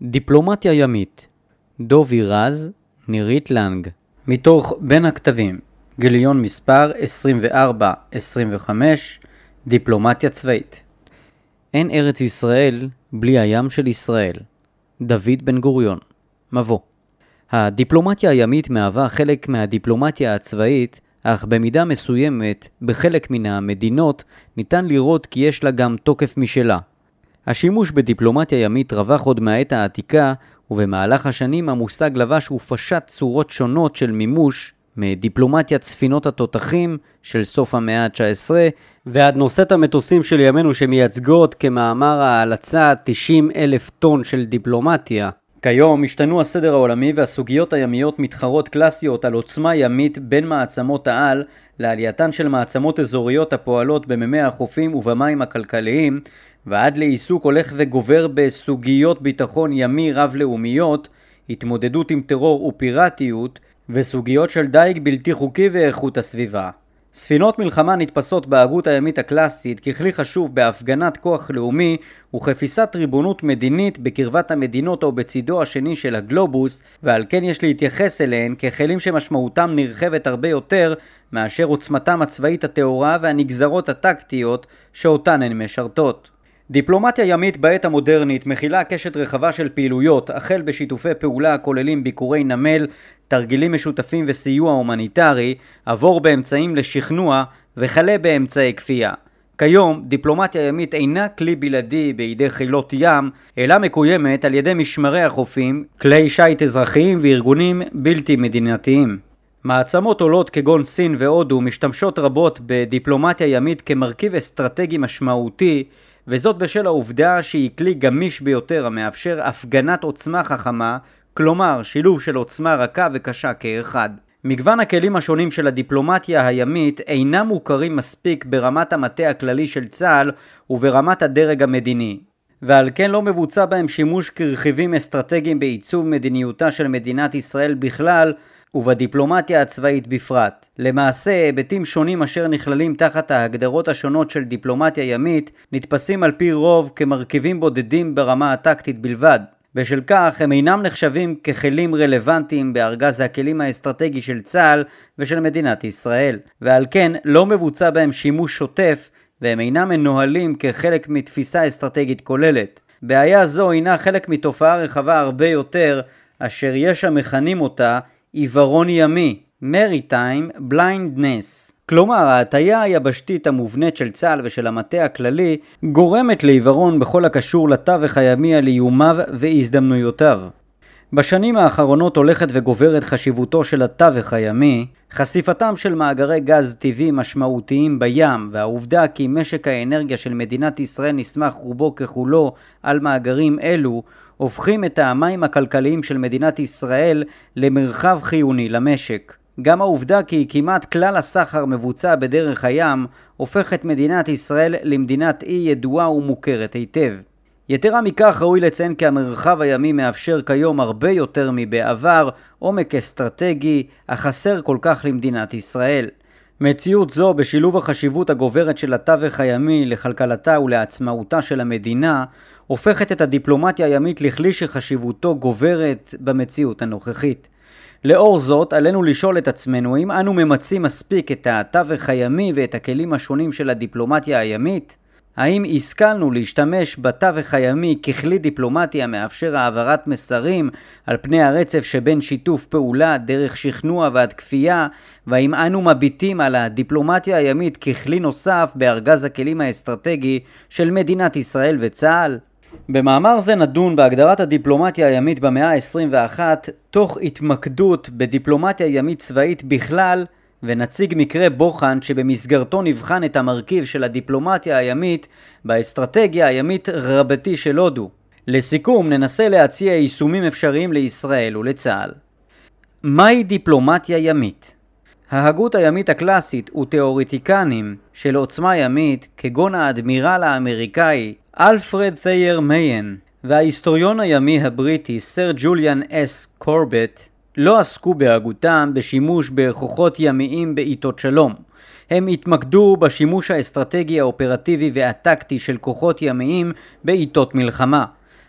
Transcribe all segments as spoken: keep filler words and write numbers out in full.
דיפלומטיה ימית, דובי רז, נירית לנג. מתוך בין הכתבים, גיליון מספר עשרים וארבע עשרים וחמש, דיפלומטיה צבאית. אין ארץ ישראל בלי הים של ישראל. דוד בן גוריון. מבוא. הדיפלומטיה הימית מהווה חלק מהדיפלומטיה הצבאית, אך במידה מסוימת, בחלק מן המדינות, ניתן לראות כי יש לה גם תוקף משלה. השימוש בדיפלומטיה ימית רווח עוד מהעת העתיקה, ובמהלך השנים המושג לבש ופשט צורות שונות של מימוש, מדיפלומטיית ספינות התותחים של סוף המאה ה-תשע עשרה, ועד נושאת המטוסים של ימינו שמייצגות כמאמר ההלצה תשעים אלף טון של דיפלומטיה. כיום השתנו הסדר העולמי והסוגיות הימיות מתחרות קלאסיות על עוצמה ימית בין מעצמות העל לעלייתן של מעצמות אזוריות הפועלות במימי החופים ובמים הכלכליים, ועד לעיסוק הולך וגובר בסוגיות ביטחון ימי רב-לאומיות, התמודדות עם טרור ופיראטיות, וסוגיות של דייג בלתי חוקי ואיכות הסביבה. ספינות מלחמה נתפסות בהגות הימית הקלאסית ככלי חשוב בהפגנת כוח לאומי וכפיסת ריבונות מדינית בקרבת המדינות או בצידו השני של הגלובוס, ועל כן יש להתייחס אליהן ככלים שמשמעותם נרחבת הרבה יותר מאשר עוצמתם הצבאית התאורה והנגזרות הטקטיות שאותן הן משרתות. דיפלומטיה ימית בעת המודרנית מכילה קשת רחבה של פעילויות, החל בשיתופי פעולה הכוללים ביקורי נמל, תרגילים משותפים וסיוע הומניטרי, עבור באמצעים לשכנוע וכלה באמצעי כפייה. כיום דיפלומטיה ימית אינה כלי בלעדי בידי חילות ים, אלא מקוימת על ידי משמרי החופים, כלי שיט אזרחיים וארגונים בלתי מדינתיים. מעצמות עולות כגון סין והודו משתמשות רבות בדיפלומטיה ימית כמרכיב אסטרטגי משמעותי, וזאת בשל העובדה שהיא כלי גמיש ביותר המאפשר הפגנת עוצמה חכמה, כלומר שילוב של עוצמה רכה וקשה כאחד. מגוון הכלים השונים של הדיפלומטיה הימית אינם מוכרים מספיק ברמת המטה הכללי של צה"ל וברמת הדרג המדיני, ועל כן לא מבוצע בהם שימוש כרכיבים אסטרטגיים בעיצוב מדיניותה של מדינת ישראל בכלל, ובדיפלומטיה הצבאית בפרט. למעשה, היבטים שונים אשר נכללים תחת ההגדרות השונות של דיפלומטיה ימית נתפסים על פי רוב כמרכיבים בודדים ברמה הטקטית בלבד. בשל כך הם אינם נחשבים ככלים רלוונטיים בארגז הכלים האסטרטגי של צה"ל ושל מדינת ישראל, ועל כן לא מבוצע בהם שימוש שוטף והם אינם מנוהלים כחלק מתפיסה אסטרטגית כוללת. בעיה זו אינה חלק מתופעה רחבה הרבה יותר, אשר יש המכנים אותה עיוורון ימי, Maritime Blindness. כלומר, ההטיה היבשתית המובנית של צה"ל ושל המטה הכללי גורמת לעיוורון בכל הקשור לתווך הימי על איומיו והזדמנויותיו. בשנים האחרונות הולכת וגוברת חשיבותו של התווך הימי, חשיפתם של מאגרי גז טבעי משמעותיים בים, והעובדה כי משק האנרגיה של מדינת ישראל נסמך רובו ככולו על מאגרים אלו, הופכים את המים הכלכליים של מדינת ישראל למרחב חיוני למשק. גם העובדה כי כמעט כלל הסחר מבוצע בדרך הים, הופך את מדינת ישראל למדינת אי ידועה ומוכרת היטב. יתרה מכך ראוי לציין כי המרחב הימי מאפשר כיום הרבה יותר מבעבר עומק אסטרטגי החסר כל כך למדינת ישראל. מציאות זו בשילוב החשיבות הגוברת של התווך הימי לכלכלתה ולעצמאותה של המדינה, הופכת את הדיפלומטיה הימית לכלי שחשיבותו גוברת במציאות הנוכחית. לאור זאת, עלינו לשאול את עצמנו אם אנו ממצים מספיק את התווך הימי ואת הכלים השונים של הדיפלומטיה הימית? האם השכלנו להשתמש בתווך הימי ככלי דיפלומטי המאפשר העברת מסרים על פני הרצף שבין שיתוף פעולה דרך שכנוע ועד כפייה, והאם אנו מביטים על הדיפלומטיה הימית ככלי נוסף בארגז הכלים האסטרטגי של מדינת ישראל וצה"ל? במאמר זה נדון בהגדרת הדיפלומטיה הימית במאה ה-עשרים ואחת, תוך התמקדות בדיפלומטיה ימית צבאית בכלל, ונציג מקרה בוחן שבמסגרתו נבחן את המרכיב של הדיפלומטיה הימית באסטרטגיה הימית רבתי של הודו. לסיכום, ננסה להציע יישומים אפשריים לישראל ולצה"ל. מהי דיפלומטיה ימית? ההגות הימית הקלאסית ותיאורטיקנים של עוצמה ימית, כגון האדמירל האמריקאי אלפרד תייר מיין וההיסטוריון הימי הבריטי סר ג'וליאן אס קורבט, לא עסקו בהגותם בשימוש בכוחות ימיים בעיתות שלום. הם התמקדו בשימוש האסטרטגי האופרטיבי והטקטי של כוחות ימיים בעיתות מלחמה.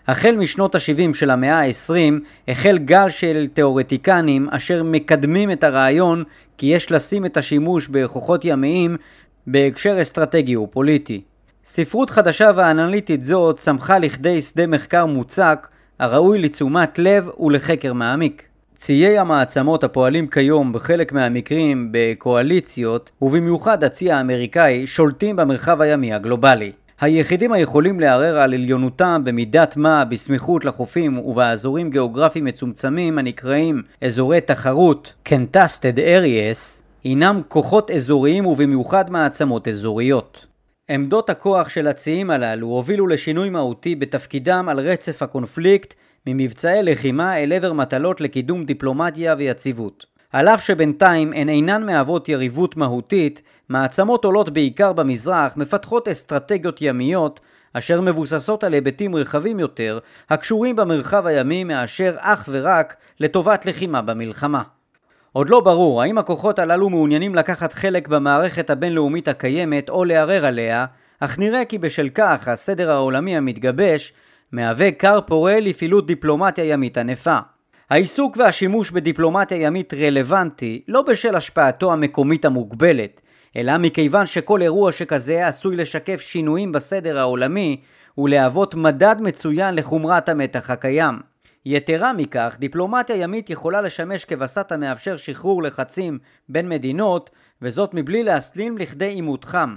החל משנות ה-שבעים של המאה ה-עשרים החל גל של תיאורטיקנים אשר מקדמים את הרעיון כי יש לשים את השימוש בכוחות ימיים בהקשר אסטרטגי ופוליטי. ספרות חדשה ואנליטית זו צמחה לכדי שדה מחקר מוצק הראוי לתשומת לב ולחקר מעמיק. ציי המעצמות הפועלים כיום בחלק מהמקרים בקואליציות ובמיוחד הצי האמריקאי שולטים במרחב הימי הגלובלי. היחידים היכולים לערער על עליונותם במידת מה בסמיכות לחופים ובאזורים גיאוגרפיים מצומצמים הנקראים אזורי תחרות contested areas הינם כוחות אזוריים ובמיוחד מעצמות אזוריות. עמדות הכוח של הציים הללו הובילו לשינוי מהותי בתפקידם על רצף הקונפליקט ממבצעי לחימה אל עבר מטלות לקידום דיפלומטיה ויציבות. על אף שבינתיים הן אינן מהוות יריבות מהותית, מעצמות עולות בעיקר במזרח מפתחות אסטרטגיות ימיות אשר מבוססות על היבטים רחבים יותר הקשורים במרחב הימי מאשר אך ורק לטובת לחימה במלחמה. עוד לא ברור האם הכוחות הללו מעוניינים לקחת חלק במערכת הבינלאומית הקיימת או לערער עליה, אך נראה כי בשל כך הסדר העולמי המתגבש מהווה כר פורה לפעילות דיפלומטיה ימית ענפה. העיסוק והשימוש בדיפלומטיה ימית רלוונטי לא בשל השפעתו המקומית המוגבלת, אלא מכיוון שכל אירוע שכזה עשוי לשקף שינויים בסדר העולמי ולהוות מדד מצוין לחומרת המתח הקיים. יתרה מכך, דיפלומטיה ימית יכולה לשמש כבסת המאפשר שחרור לחצים בין מדינות, וזאת מבלי להסלים לכדי עימות חם.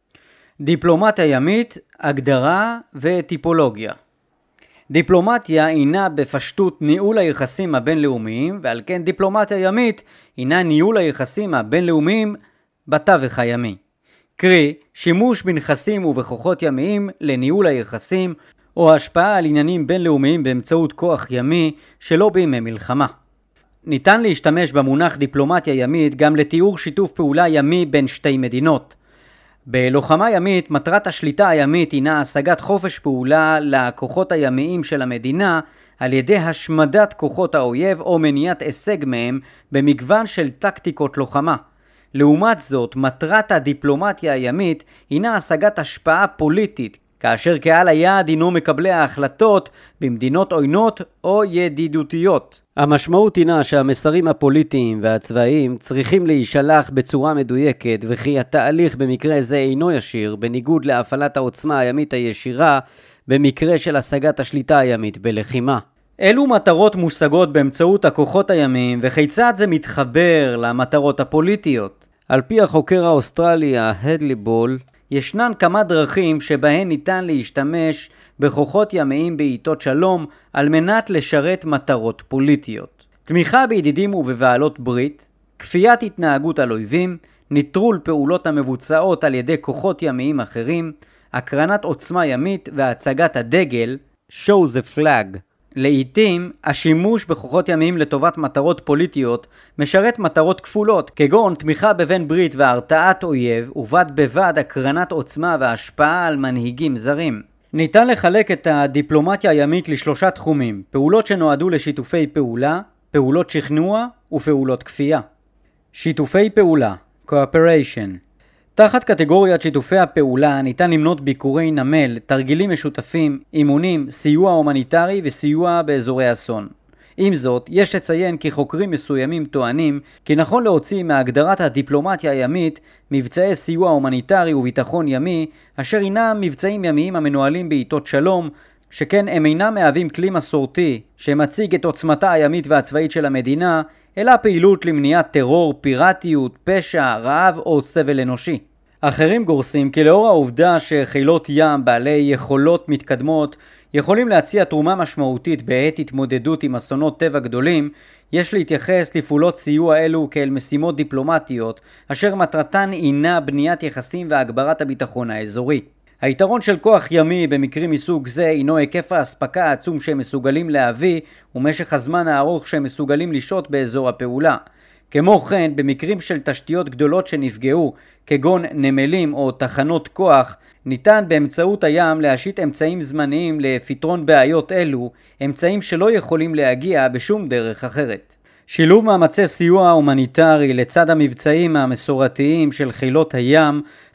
דיפלומטיה ימית, הגדרה וטיפולוגיה. דיפלומטיה הינה בפשטות ניהול היחסים הבינלאומיים, ועל כן דיפלומטיה ימית הינה ניהול היחסים הבינלאומיים בתווך הימי. קרי, שימוש בנכסים ובכוחות ימיים לניהול היחסים, או השפעה על עניינים בינלאומיים באמצעות כוח ימי שלא בימי מלחמה. ניתן להשתמש במונח דיפלומטיה ימית גם לתיאור שיתוף פעולה ימי בין שתי מדינות. בלוחמה ימית, מטרת השליטה הימית הינה השגת חופש פעולה לכוחות הימיים של המדינה על ידי השמדת כוחות האויב או מניעת הישג מהם במגוון של טקטיקות לוחמה. לעומת זאת, מטרת הדיפלומטיה הימית הינה השגת השפעה פוליטית, כאשר קהל היעד הינו מקבלי ההחלטות במדינות עוינות או ידידותיות. המשמעות הינה שהמסרים הפוליטיים והצבאיים צריכים להישלח בצורה מדויקת, וכי התהליך במקרה זה אינו ישיר, בניגוד להפעלת העוצמה הימית הישירה במקרה של השגת השליטה הימית בלחימה. אילו מטרות מושגות באמצעות הכוחות הימיים וכיצד זה מתחבר למטרות הפוליטיות? על פי החוקר האוסטרלי הדלי בול, ישנן כמה דרכים שבהן ניתן להשתמש בכוחות ימיים בעיתות שלום על מנת לשרת מטרות פוליטיות. תמיכה בידידים ובבעלות ברית, כפיית התנהגות על אויבים, ניטרול פעולות המבוצעות על ידי כוחות ימיים אחרים, הקרנת עוצמה ימית והצגת הדגל, show the flag. לעתים, השימוש בכוחות ימיים לטובת מטרות פוליטיות משרת מטרות כפולות, כגון תמיכה בבן ברית והרתעת אויב, ובד בבד הקרנת עוצמה והשפעה על מנהיגים זרים. ניתן לחלק את הדיפלומטיה הימית לשלושה תחומים: פעולות שנועדו לשיתופי פעולה, פעולות שכנוע ופעולות כפייה. שיתופי פעולה, cooperation. תחת קטגוריית שיתופי הפעולה ניתן למנות ביקורי נמל, תרגילים משותפים, אימונים, סיוע הומניטרי וסיוע באזורי אסון. עם זאת, יש לציין כי חוקרים מסוימים טוענים כי נכון להוציא מהגדרת הדיפלומטיה הימית מבצעי סיוע הומניטרי וביטחון ימי, אשר אינם מבצעים ימיים המנוהלים בעיתות שלום, שכן הם אינם מהווים כלי מסורתי שמציג את עוצמתה הימית והצבאית של המדינה, אלא פעילות למניעת טרור, פיראטיות, פשע, רעב או סבל אנושי. אחרים גורסים כי לאור העובדה שחילות ים בעלי יכולות מתקדמות יכולים להציע תרומה משמעותית בעת התמודדות עם אסונות טבע גדולים, יש להתייחס לפעולות סיוע אלו כאל משימות דיפלומטיות, אשר מטרתן הינה בניית יחסים והגברת הביטחון האזורי. היתרון של כוח ימי במקרים מסוג זה הינו היקף ההספקה העצום שהם מסוגלים להביא ומשך הזמן הארוך שהם מסוגלים לשהות באזור הפעולה. כמו כן, במקרים של תשתיות גדולות שנפגעו, כגון נמלים או תחנות כוח, ניתן באמצעות הים להשית אמצעים זמניים לפתרון בעיות אלו, אמצעים שלא יכולים להגיע בשום דרך אחרת. שילוב מאמצי סיוע הומניטרי לצד המבצעים המסורתיים של חילות הים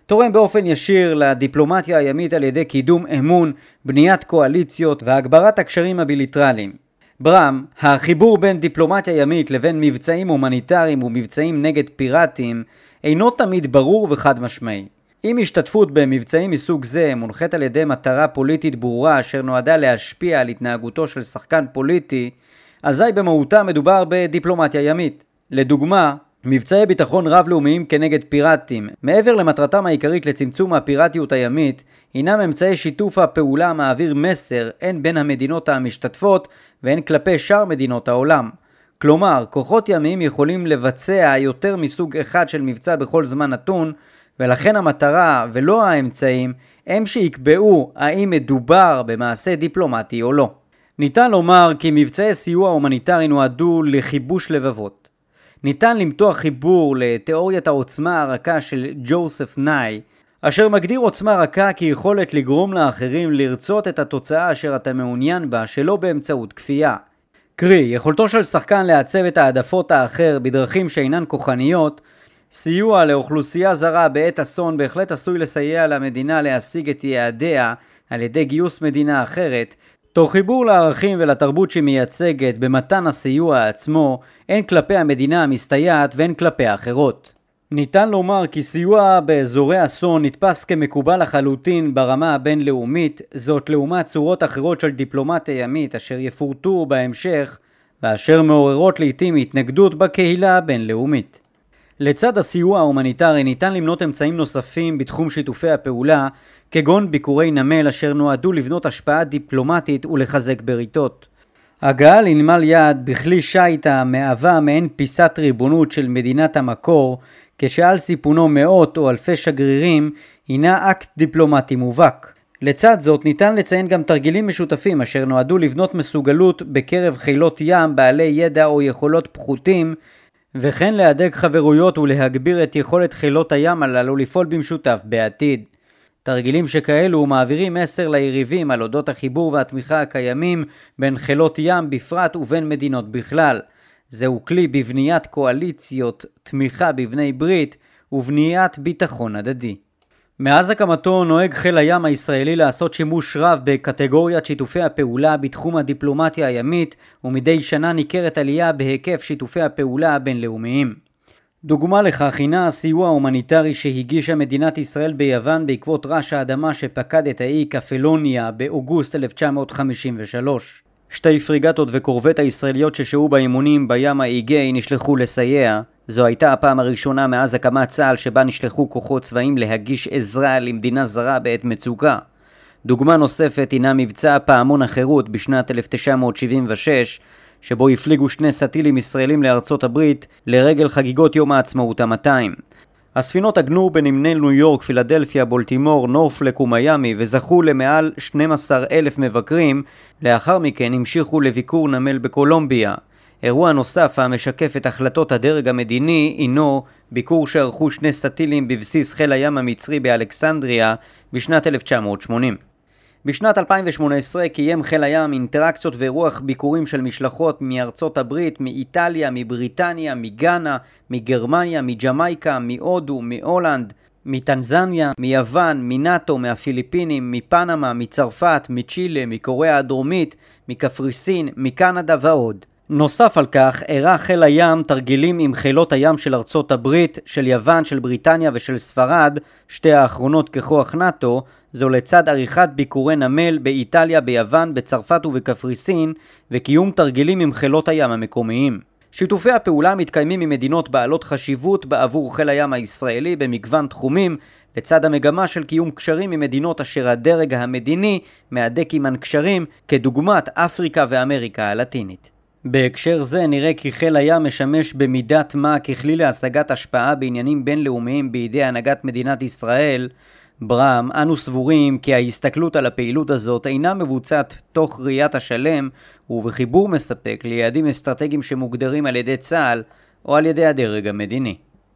תורם באופן ישיר לדיפלומטיה הימית על ידי קידום אמון, בניית קואליציות והגברת הקשרים הבילטרליים. ברם, החיבור בין דיפלומטיה ימית לבין מבצעים הומניטריים ומבצעים נגד פיראטים אינו תמיד ברור וחד משמעי. אם השתתפות במבצעים מסוג זה מונחית על ידי מטרה פוליטית ברורה אשר נועדה להשפיע על התנהגותו של שחקן פוליטי, אזי במהותה מדובר בדיפלומטיה ימית. לדוגמה, מבצעי ביטחון רב-לאומיים כנגד פיראטים, מעבר למטרתם העיקרית לצמצום הפיראטיות הימית, הינם אמצעי שיתוף הפעולה המעביר מסר הן בין המדינות המשתתפות והן כלפי שאר מדינות העולם. כלומר, כוחות ימיים יכולים לבצע יותר מסוג אחד של מבצע בכל זמן נתון, ולכן המטרה ולא האמצעים הם שיקבעו האם מדובר במעשה דיפלומטי או לא. ניתן לומר כי מבצעי סיוע הומניטרי נועדו לכיבוש לבבות. ניתן למתוח חיבור לתיאוריית העוצמה הרכה של ג'וזף ניי, אשר מגדיר עוצמה רכה כיכולת לגרום לאחרים לרצות את התוצאה אשר אתה מעוניין בה שלא באמצעות כפייה. קרי, יכולתו של שחקן לעצב את העדפות האחר בדרכים שאינן כוחניות, סיוע לאוכלוסייה זרה בעת אסון בהחלט עשוי לסייע למדינה להשיג את יעדיה על ידי גיוס מדינה אחרת, תוך חיבור לערכים ולתרבות שהיא מייצגת במתן הסיוע עצמו, הן כלפי המדינה המסתייעת והן כלפי האחרות. ניתן לומר כי סיוע באזורי אסון נתפס כמקובל לחלוטין ברמה הבינלאומית, זאת לעומת צורות אחרות של דיפלומטיה ימית אשר יפורטו בהמשך, ואשר מעוררות לעתים התנגדות בקהילה הבינלאומית. לצד הסיוע ההומניטרי ניתן למנות אמצעים נוספים בתחום שיתופי הפעולה, כגון ביקורי נמל אשר נועדו לבנות השפעה דיפלומטית ולחזק בריתות. הגעה לנמל יעד בכלי שייט המהווה מעין פיסת ריבונות של מדינת המקור, כשעל סיפונו מאות או אלפי שגרירים, הינה אקט דיפלומטי מובהק. לצד זאת ניתן לציין גם תרגילים משותפים אשר נועדו לבנות מסוגלות בקרב חילות ים בעלי ידע או יכולות פחותים, וכן להדק חברויות ולהגביר את יכולת חילות הים הללו לפעול במשותף בעתיד. תרגילים שכאלו מעבירים מסר ליריבים על אודות החיבור והתמיכה הקיימים בין חילות ים בפרט ובין מדינות בכלל. זהו כלי בבניית קואליציות, תמיכה בבני ברית ובניית ביטחון הדדי. מאז הקמתו נוהג חיל הים הישראלי לעשות שימוש רב בקטגוריית שיתופי הפעולה בתחום הדיפלומטיה הימית, ומדי שנה ניכרת עלייה בהיקף שיתופי הפעולה הבינלאומיים. דוגמה לכך הינה הסיוע ההומניטרי שהגישה מדינת ישראל ביוון בעקבות רעש האדמה שפקד את האי קפלוניה באוגוסט אלף תשע מאות חמישים ושלוש. שתי פריגטות וקורבט הישראליות ששהו באימונים בים האיגאי נשלחו לסייע. זו הייתה הפעם הראשונה מאז הקמת צה"ל שבה נשלחו כוחות צבאיים להגיש עזרה למדינה זרה בעת מצוקה. דוגמה נוספת הינה מבצע פעמון החירות בשנת אלף תשע מאות שבעים ושש, שבו הפליגו שני סטילים ישראלים לארצות הברית לרגל חגיגות יום העצמאות ה-מאתיים. הספינות עגנו בנמלי ניו יורק, פילדלפיה, בולטימור, נורפלק ומיימי וזכו למעל שנים עשר אלף מבקרים. לאחר מכן המשיכו לביקור נמל בקולומביה. אירוע נוסף המשקף את החלטות הדרג המדיני הינו ביקור שערכו שני סטילים בבסיס חיל הים המצרי באלכסנדריה בשנת אלף תשע מאות שמונים. בשנת אלפיים ושמונה עשרה קיים חיל הים אינטראקציות ואירוח ביקורים של משלחות מארצות הברית, מאיטליה, מבריטניה, מגאנה, מגרמניה, מג'מייקה, מהודו, מהולנד, מטנזניה, מיוון, מנאטו, מהפיליפינים, מפנמה, מצרפת, מצ'ילה, מקוריאה הדרומית, מקפריסין, מקנדה ועוד. נוסף על כך, אירח חיל הים תרגילים עם חילות הים של ארצות הברית, של יוון, של בריטניה ושל ספרד, שתי האחרונות ככוח נאטו, זו לצד עריכת ביקורי נמל באיטליה, ביוון, בצרפת ובקפריסין, וקיום תרגילים עם חילות הים המקומיים. שיתופי הפעולה מתקיימים עם מדינות בעלות חשיבות בעבור חיל הים הישראלי במגוון תחומים, לצד המגמה של קיום קשרים עם מדינות אשר הדרג המדיני מהדק עימן קשרים, כדוגמת אפריקה ואמריקה הלטינית. בהקשר זה נראה כי חיל הים משמש במידת מה ככלי להשגת השפעה בעניינים בינלאומיים בידי הנהגת מדינת ישראל. ברם, אנו סבורים כי ההסתכלות על הפעילות הזאת אינה מבוצעת תוך ראיית השלם ובחיבור מספק ליעדים אסטרטגיים שמוגדרים על ידי צה"ל או על ידי הדרג המדיני.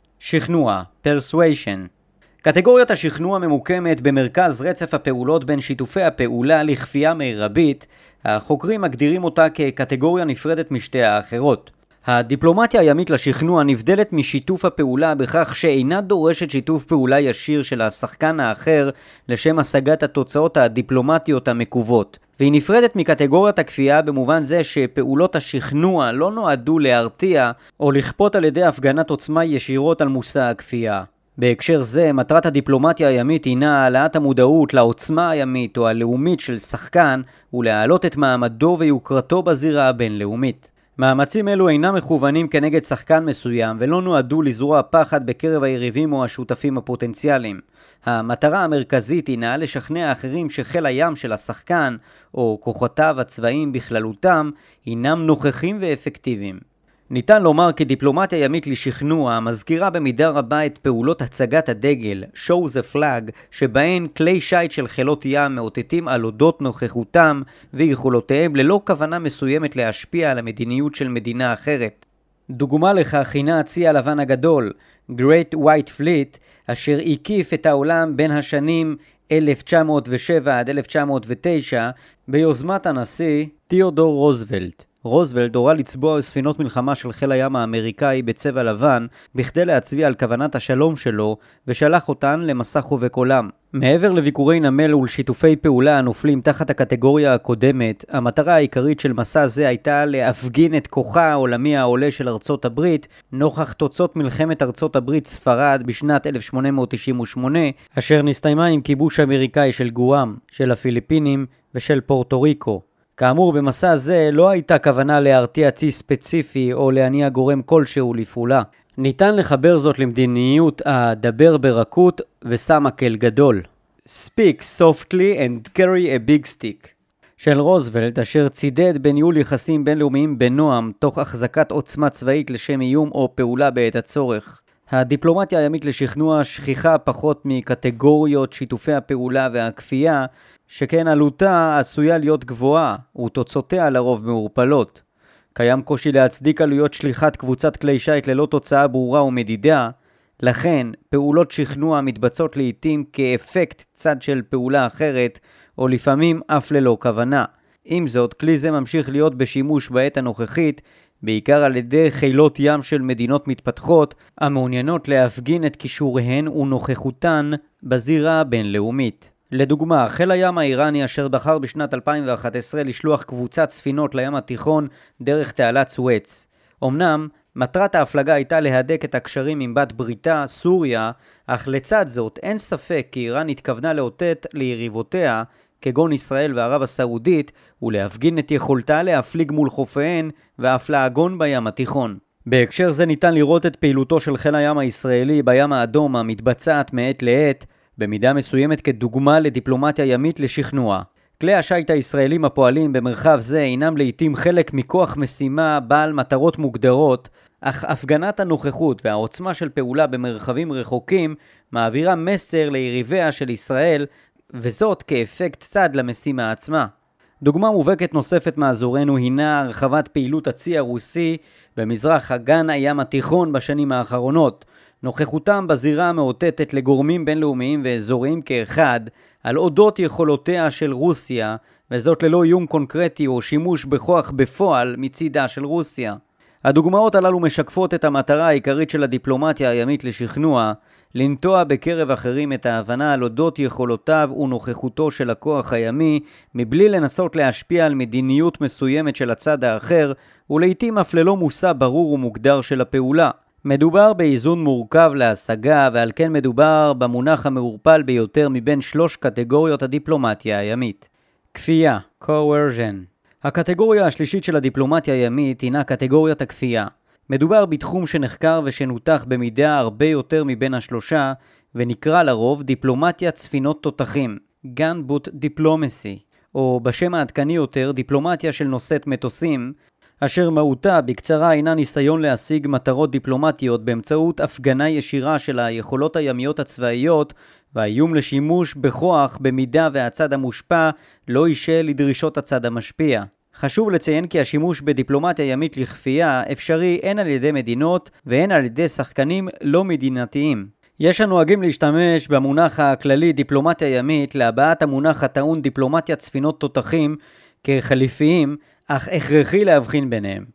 שכנוע, persuasion. קטגוריית השכנוע ממוקמת במרכז רצף הפעולות בין שיתופי הפעולה לכפייה מרבית. החוקרים מגדירים אותה כקטגוריה נפרדת משתי האחרות. הדיפלומטיה הימית לשכנוע נבדלת משיתוף הפעולה בכך שאינה דורשת שיתוף פעולה ישיר של השחקן האחר לשם השגת התוצאות הדיפלומטיות המקוות. והיא נפרדת מקטגוריית הכפייה במובן זה שפעולות השכנוע לא נועדו להרתיע או לכפות על ידי הפגנת עוצמה ישירות על מושא הכפייה. בהקשר זה, מטרת הדיפלומטיה הימית הינה העלאת המודעות לעוצמה הימית או הלאומית של שחקן ולהעלות את מעמדו ויוקרתו בזירה הבינלאומית. מאמצים אלו אינם מכוונים כנגד שחקן מסוים ולא נועדו לזרוע פחד בקרב היריבים או השותפים הפוטנציאליים. המטרה המרכזית הינה לשכנע אחרים שחיל הים של השחקן או כוחותיו הצבאיים בכללותם הינם נוכחים ואפקטיביים. ניתן לומר כי דיפלומטיה ימית לשכנוע מזכירה במידה רבה את פעולות הצגת הדגל, show the flag, שבהן כלי שיט של חילות ים מאותתים על אודות נוכחותם ויכולותיהם ללא כוונה מסוימת להשפיע על המדיניות של מדינה אחרת. דוגמה לכך הינה הצי הלבן הגדול, Great White Fleet, אשר הקיף את העולם בין השנים אלף תשע מאות ושבע עד אלף תשע מאות ותשע ביוזמת הנשיא תיאודור רוזוולט. רוזוולט הורה לצבוע ספינות מלחמה של חיל הים האמריקאי בצבע לבן בכדי להצביע על כוונת השלום שלו ושלח אותן למסע חובק עולם. מעבר לביקורי נמל ולשיתופי פעולה הנופלים תחת הקטגוריה הקודמת, המטרה העיקרית של מסע זה הייתה להפגין את כוחה העולמי העולה של ארצות הברית נוכח תוצאות מלחמת ארצות הברית ספרד בשנת אלף שמונה מאות תשעים ושמונה, אשר נסתיימה עם כיבוש אמריקאי של גואם, של הפיליפינים ושל פורטו ריקו. כאמור, במסע זה לא הייתה כוונה להרתיע צי ספציפי או להניע גורם כלשהו לפעולה. ניתן לחבר זאת למדיניות הדבר ברכות ושם מקל גדול. Speak softly and carry a big stick. של רוזוולט, אשר צידד בניהול יחסים בינלאומיים בנועם תוך החזקת עוצמה צבאית לשם איום או פעולה בעת הצורך. הדיפלומטיה הימית לשכנוע שכיחה פחות מקטגוריות שיתופי הפעולה והכפייה, שכן עלותה עשויה להיות גבוהה ותוצאותיה לרוב מעורפלות. קיים קושי להצדיק עלויות שליחת קבוצת כלי שיט ללא תוצאה ברורה ומדידה, לכן פעולות שכנוע מתבצעות לעתים כאפקט צד של פעולה אחרת, או לפעמים אף ללא כוונה. עם זאת, כלי זה ממשיך להיות בשימוש בעת הנוכחית, בעיקר על ידי חילות ים של מדינות מתפתחות, המעוניינות להפגין את כישוריהן ונוכחותן בזירה הבינלאומית. לדוגמה, חיל הים האיראני אשר בחר בשנת אלפיים ואחת עשרה לשלוח קבוצת ספינות לים התיכון דרך תעלת סואץ. אמנם, מטרת ההפלגה הייתה להדק את הקשרים עם בת בריתה, סוריה, אך לצד זאת אין ספק כי איראן התכוונה לאותת ליריבותיה, כגון ישראל וערב הסעודית, ולהפגין את יכולתה להפליג מול חופיהן ואף לעגון בים התיכון. בהקשר זה ניתן לראות את פעילותו של חיל הים הישראלי בים האדום המתבצעת מעת לעת, במידה מסוימת כדוגמה לדיפלומטיה ימית לשכנוע. כלי השיט הישראלים הפועלים במרחב זה אינם לעתים חלק מכוח משימה בעל מטרות מוגדרות, אך הפגנת הנוכחות והעוצמה של פעולה במרחבים רחוקים מעבירה מסר ליריביה של ישראל, וזאת כאפקט צד למשימה עצמה. דוגמה מובהקת נוספת מאזורנו הינה הרחבת פעילות הצי הרוסי במזרח אגן הים התיכון בשנים האחרונות. נוכחותם בזירה מאותתת לגורמים בינלאומיים ואזוריים כאחד על אודות יכולותיה של רוסיה, וזאת ללא איום קונקרטי או שימוש בכוח בפועל מצידה של רוסיה. הדוגמאות הללו משקפות את המטרה העיקרית של הדיפלומטיה הימית לשכנוע, לנטוע בקרב אחרים את ההבנה על אודות יכולותיו ונוכחותו של הכוח הימי, מבלי לנסות להשפיע על מדיניות מסוימת של הצד האחר, ולעיתים אף ללא מושא ברור ומוגדר של הפעולה. מדובר באיזון מורכב להשגה, ועל כן מדובר במונח המעורפל ביותר מבין שלוש קטגוריות הדיפלומטיה הימית. כפייה, coercion. הקטגוריה השלישית של הדיפלומטיה הימית הינה קטגוריית הכפייה. מדובר בתחום שנחקר ושנותח במידה הרבה יותר מבין השלושה, ונקרא לרוב דיפלומטיית ספינות תותחים, gunboat diplomacy, או בשם העדכני יותר דיפלומטיה של נושאת מטוסים, אשר מהותה בקצרה אינה ניסיון להשיג מטרות דיפלומטיות באמצעות הפגנה ישירה של היכולות הימיות הצבאיות והאיום לשימוש בכוח במידה והצד המושפע לא יישל לדרישות הצד המשפיע. חשוב לציין כי השימוש בדיפלומטיה ימית לכפייה אפשרי הן על ידי מדינות והן על ידי שחקנים לא מדינתיים. יש הנוהגים להשתמש במונח הכללי דיפלומטיה ימית להבעת המונח הטעון דיפלומטיית ספינות תותחים כחליפיים, אך הכרחי להבחין ביניהם.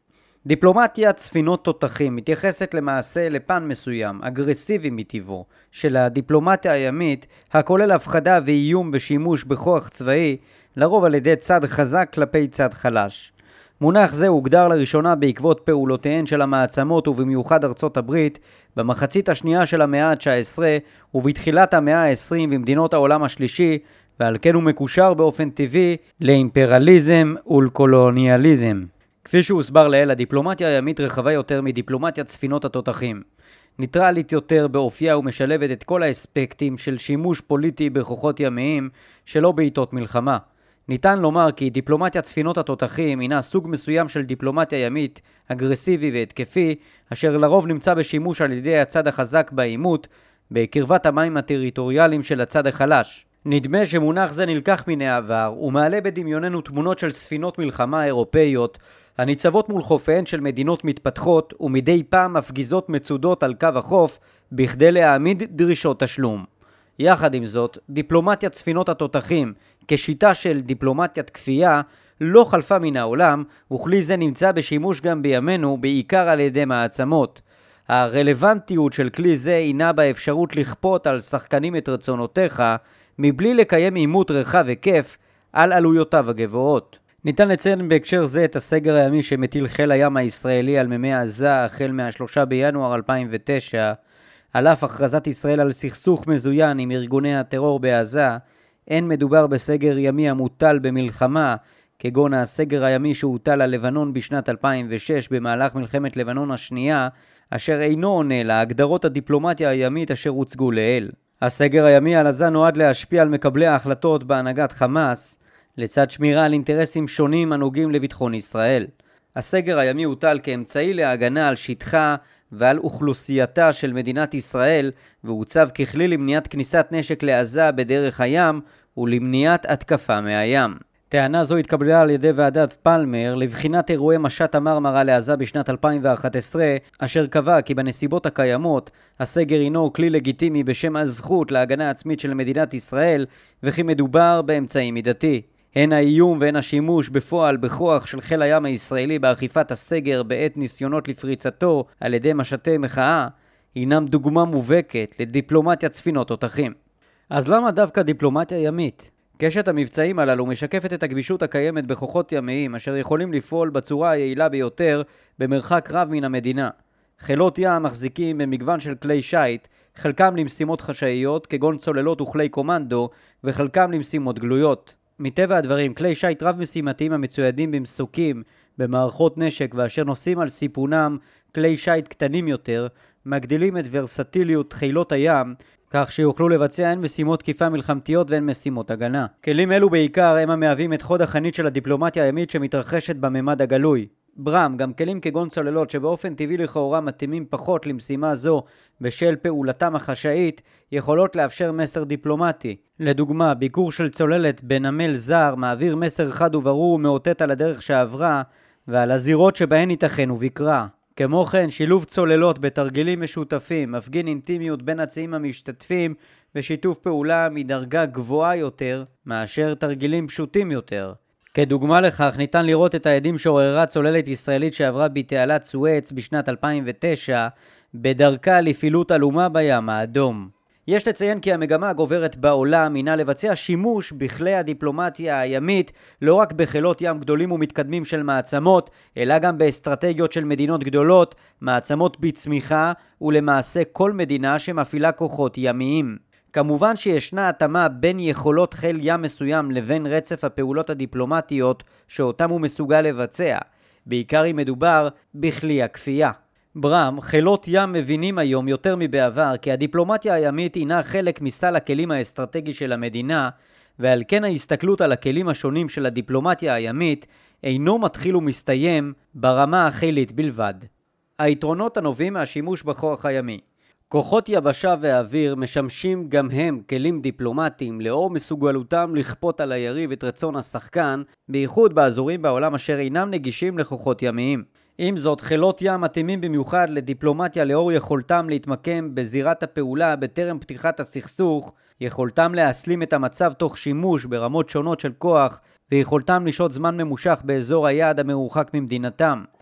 דיפלומטיית ספינות תותחים מתייחסת למעשה לפן מסוים, אגרסיבי מטבעו, של הדיפלומטיה הימית, הכולל הפחדה ואיום בשימוש בכוח צבאי, לרוב על ידי צד חזק כלפי צד חלש. מונח זה הוגדר לראשונה בעקבות פעולותיהן של המעצמות ובמיוחד ארצות הברית במחצית השנייה של המאה ה-תשע עשרה ובתחילת המאה ה-עשרים במדינות העולם השלישי, ועל כן הוא מקושר באופן טבעי לאימפריאליזם ולקולוניאליזם. כפי שהוסבר לעיל, הדיפלומטיה הימית רחבה יותר מדיפלומטיית ספינות התותחים. ניטרלית יותר באופייה ומשלבת את כל האספקטים של שימוש פוליטי בכוחות ימיים שלא בעיתות מלחמה. ניתן לומר כי דיפלומטיית ספינות התותחים הינה סוג מסוים של דיפלומטיה ימית, אגרסיבי והתקפי, אשר לרוב נמצא בשימוש על ידי הצד החזק בעימות, בקרבת המים הטריטוריאליים של הצד החלש. נדמה שמונח זה נלקח מן העבר, ומעלה בדמיוננו תמונות של ספינות מלחמה אירופאיות, הניצבות מול חופיהן של מדינות מתפתחות, ומדי פעם מפגיזות מצודות על קו החוף, בכדי להעמיד דרישות תשלום. יחד עם זאת, דיפלומטיית ספינות התותחים, כשיטה של דיפלומטיית כפייה, לא חלפה מן העולם, וכלי זה נמצא בשימוש גם בימינו, בעיקר על ידי מעצמות. הרלוונטיות של כלי זה הינה באפשרות לכפות על שחקנים את רצונותיך, מבלי לקיים עימות רחב היקף על עלויותיו הגבוהות. ניתן לציין בהקשר זה את הסגר הימי שמטיל חיל הים הישראלי על מימי עזה החל מה-שלושה בינואר אלפיים ותשע. על אף הכרזת ישראל על סכסוך מזוין עם ארגוני הטרור בעזה, אין מדובר בסגר ימי המוטל במלחמה, כגון הסגר הימי שהוטל על לבנון בשנת אלפיים ושש במהלך מלחמת לבנון השנייה, אשר אינו עונה להגדרות הדיפלומטיה הימית אשר הוצגו לעיל. הסגר הימי על עזה נועד להשפיע על מקבלי ההחלטות בהנהגת חמאס, לצד שמירה על אינטרסים שונים הנוגעים לביטחון ישראל. הסגר הימי הוטל כאמצעי להגנה על שטחה ועל אוכלוסייתה של מדינת ישראל, והוצב ככלי למניעת כניסת נשק לעזה בדרך הים ולמניעת התקפה מהים. טענה זו התקבלה על ידי ועדת פלמר לבחינת אירועי משט המרמרה לעזה בשנת אלפיים ואחת עשרה, אשר קבע כי בנסיבות הקיימות הסגר הינו כלי לגיטימי בשם הזכות להגנה עצמית של מדינת ישראל, וכי מדובר באמצעי מידתי. הן האיום והן השימוש בפועל בכוח של חיל הים הישראלי באכיפת הסגר בעת ניסיונות לפריצתו על ידי משטי מחאה, הינם דוגמה מובהקת לדיפלומטיית ספינות תותחים. אז למה דווקא דיפלומטיה ימית? קשת המבצעים הללו משקפת את הגמישות הקיימת בכוחות ימיים אשר יכולים לפעול בצורה היעילה ביותר במרחק רב מן המדינה. חילות ים מחזיקים במגוון של כלי שייט, חלקם למשימות חשאיות כגון צוללות וכלי קומנדו, וחלקם למשימות גלויות. מטבע הדברים, כלי שייט רב משימתיים המצוידים במסוקים, במערכות נשק ואשר נושאים על סיפונם כלי שייט קטנים יותר, מגדילים את ורסטיליות חילות הים, כך שיוכלו לבצע הן משימות תקיפה מלחמתיות והן משימות הגנה. כלים אלו בעיקר הם המהווים את חוד החנית של הדיפלומטיה הימית שמתרחשת בממד הגלוי. ברם, גם כלים כגון צוללות שבאופן טבעי לכאורה מתאימים פחות למשימה זו בשל פעולתם החשאית, יכולות לאפשר מסר דיפלומטי. לדוגמה, ביקור של צוללת בנמל זר מעביר מסר חד וברור ומאותת על הדרך שעברה ועל הזירות שבהן ייתכן וביקרה. כמו כן, שילוב צוללות בתרגילים משותפים מפגין אינטימיות בין הציים המשתתפים ושיתוף פעולה מדרגה גבוהה יותר מאשר תרגילים פשוטים יותר. כדוגמה לכך ניתן לראות את העדים שעוררה צוללת ישראלית שעברה בתעלת סואץ בשנת אלפיים ותשע בדרכה לפעילות אלומה בים האדום. יש לציין כי המגמה הגוברת בעולם הינה לבצע שימוש בכלי הדיפלומטיה הימית לא רק בחילות ים גדולים ומתקדמים של מעצמות, אלא גם באסטרטגיות של מדינות גדולות, מעצמות בצמיחה ולמעשה כל מדינה שמפעילה כוחות ימיים. כמובן שישנה התאמה בין יכולות חיל ים מסוים לבין רצף הפעולות הדיפלומטיות שאותם הוא מסוגל לבצע, בעיקר אם מדובר בכלי הכפייה. ברם, חילות ים מבינים היום יותר מבעבר כי הדיפלומטיה הימית הינה חלק מסל הכלים האסטרטגי של המדינה, ועל כן ההסתכלות על הכלים השונים של הדיפלומטיה הימית אינו מתחיל ומסתיים ברמה החילית בלבד. היתרונות הנובעים מהשימוש בכוח הימי. כוחות יבשה ואוויר משמשים גם הם כלים דיפלומטיים לאור מסוגלותם לכפות על היריב את רצון השחקן, בייחוד באזורים בעולם אשר אינם נגישים לכוחות ימיים. עם זאת, חילות ים מתאימים במיוחד לדיפלומטיה לאור יכולתם להתמקם בזירת הפעולה בטרם פתיחת הסכסוך, יכולתם להסלים את המצב תוך שימוש ברמות שונות של כוח, ויכולתם לשהות זמן ממושך באזור היעד המרוחק ממדינתם.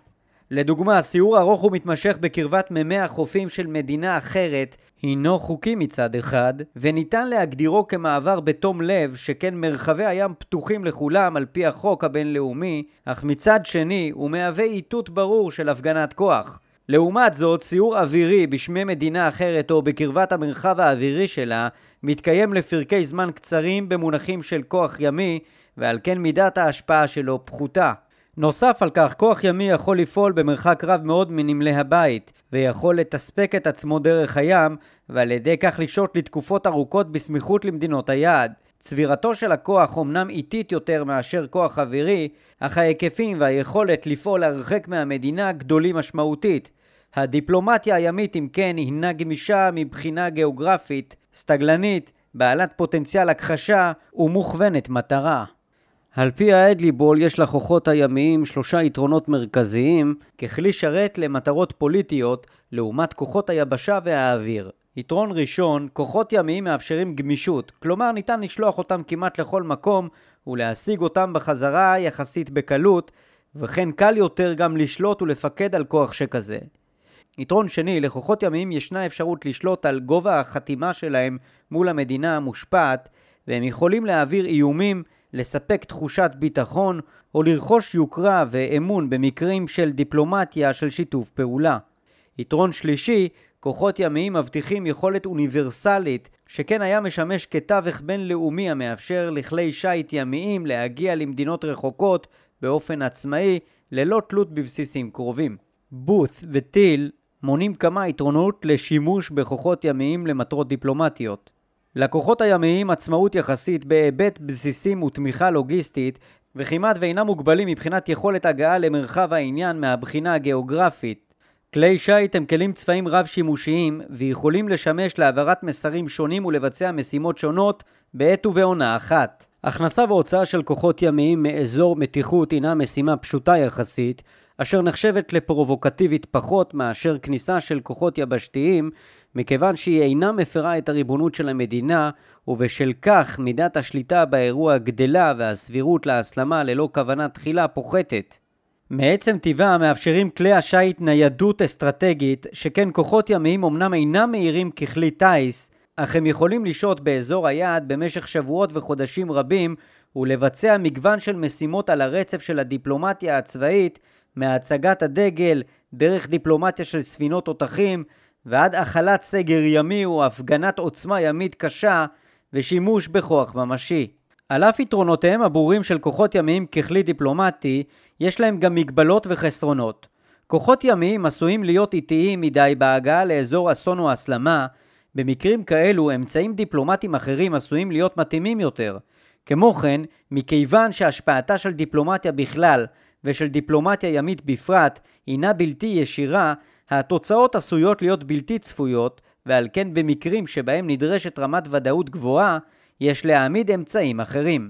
לדוגמה, סיור ארוך ומתמשך בקרבת מימי החופים של מדינה אחרת הינו חוקי מצד אחד, וניתן להגדירו כמעבר בתום לב, שכן מרחבי הים פתוחים לכולם על פי החוק הבינלאומי, אך מצד שני הוא מהווה איתות ברור של הפגנת כוח. לעומת זאת, סיור אווירי בשמי מדינה אחרת או בקרבת המרחב האווירי שלה מתקיים לפרקי זמן קצרים במונחים של כוח ימי, ועל כן מידת ההשפעה שלו פחותה. נוסף על כך, כוח ימי יכול לפעול במרחק רב מאוד מנמלי הבית, ויכול לתספק את עצמו דרך הים, ועל ידי כך לשהות לתקופות ארוכות בסמיכות למדינות היעד. צבירתו של הכוח אומנם איטית יותר מאשר כוח אווירי, אך ההיקפים והיכולת לפעול הרחק מהמדינה גדולים משמעותית. הדיפלומטיה הימית אם כן הינה גמישה מבחינה גיאוגרפית, סטגלנית, בעלת פוטנציאל הכחשה ומוכוונת מטרה. על פי האדליבול יש לכוחות הימיים שלושה יתרונות מרכזיים ככלי שרת למטרות פוליטיות לעומת כוחות היבשה והאוויר. יתרון ראשון, כוחות ימיים מאפשרים גמישות, כלומר ניתן לשלוח אותם כמעט לכל מקום ולהשיג אותם בחזרה יחסית בקלות, וכן קל יותר גם לשלוט ולפקד על כוח שכזה. יתרון שני, לכוחות ימיים ישנה אפשרות לשלוט על גובה החתימה שלהם מול המדינה המושפעת, והם יכולים להעביר איומים, לספק תחושת ביטחון או לרכוש יוקרה ואמון במקרים של דיפלומטיה של שיתוף פעולה. יתרון שלישי, כוחות ימיים מבטיחים יכולת אוניברסלית, שכן היה משמש כתווך בינלאומי המאפשר לכלי שיט ימיים להגיע למדינות רחוקות באופן עצמאי ללא תלות בבסיסים קרובים. בות' וטיל מונים כמה יתרונות לשימוש בכוחות ימיים למטרות דיפלומטיות. לכוחות הימיים עצמאות יחסית בהיבט בסיסים ותמיכה לוגיסטית, וכמעט ואינם מוגבלים מבחינת יכולת הגעה למרחב העניין מהבחינה הגיאוגרפית. כלי שיט הם כלים צבאיים רב שימושיים ויכולים לשמש להעברת מסרים שונים ולבצע משימות שונות בעת ובעונה אחת. הכנסה והוצאה של כוחות ימיים מאזור מתיחות הינה משימה פשוטה יחסית, אשר נחשבת לפרובוקטיבית פחות מאשר כניסה של כוחות יבשתיים, מכיוון שהיא אינה מפרה את הריבונות של המדינה, ובשל כך מידת השליטה באירוע גדלה והסבירות להסלמה ללא כוונה תחילה פוחתת. מעצם טבעה מאפשרים כלי השיט ניידות אסטרטגית, שכן כוחות ימיים אמנם אינם מהירים ככלי טייס, אך הם יכולים לשהות באזור היעד במשך שבועות וחודשים רבים, ולבצע מגוון של משימות על הרצף של הדיפלומטיה הצבאית, מהצגת הדגל, דרך דיפלומטיה של ספינות תותחים, ועד החלת סגר ימי או הפגנת עוצמה ימית קשה ושימוש בכוח ממשי. על אף יתרונותיהם הברורים של כוחות ימיים ככלי דיפלומטי, יש להם גם מגבלות וחסרונות. כוחות ימיים עשויים להיות איטיים מדי בהגעה לאזור אסון או הסלמה, במקרים כאלו אמצעים דיפלומטיים אחרים עשויים להיות מתאימים יותר. כמו כן, מכיוון שהשפעתה של דיפלומטיה בכלל ושל דיפלומטיה ימית בפרט הינה בלתי ישירה, התוצאות עשויות להיות בלתי צפויות, ועל כן במקרים שבהם נדרשת רמת ודאות גבוהה, יש להעמיד אמצעים אחרים.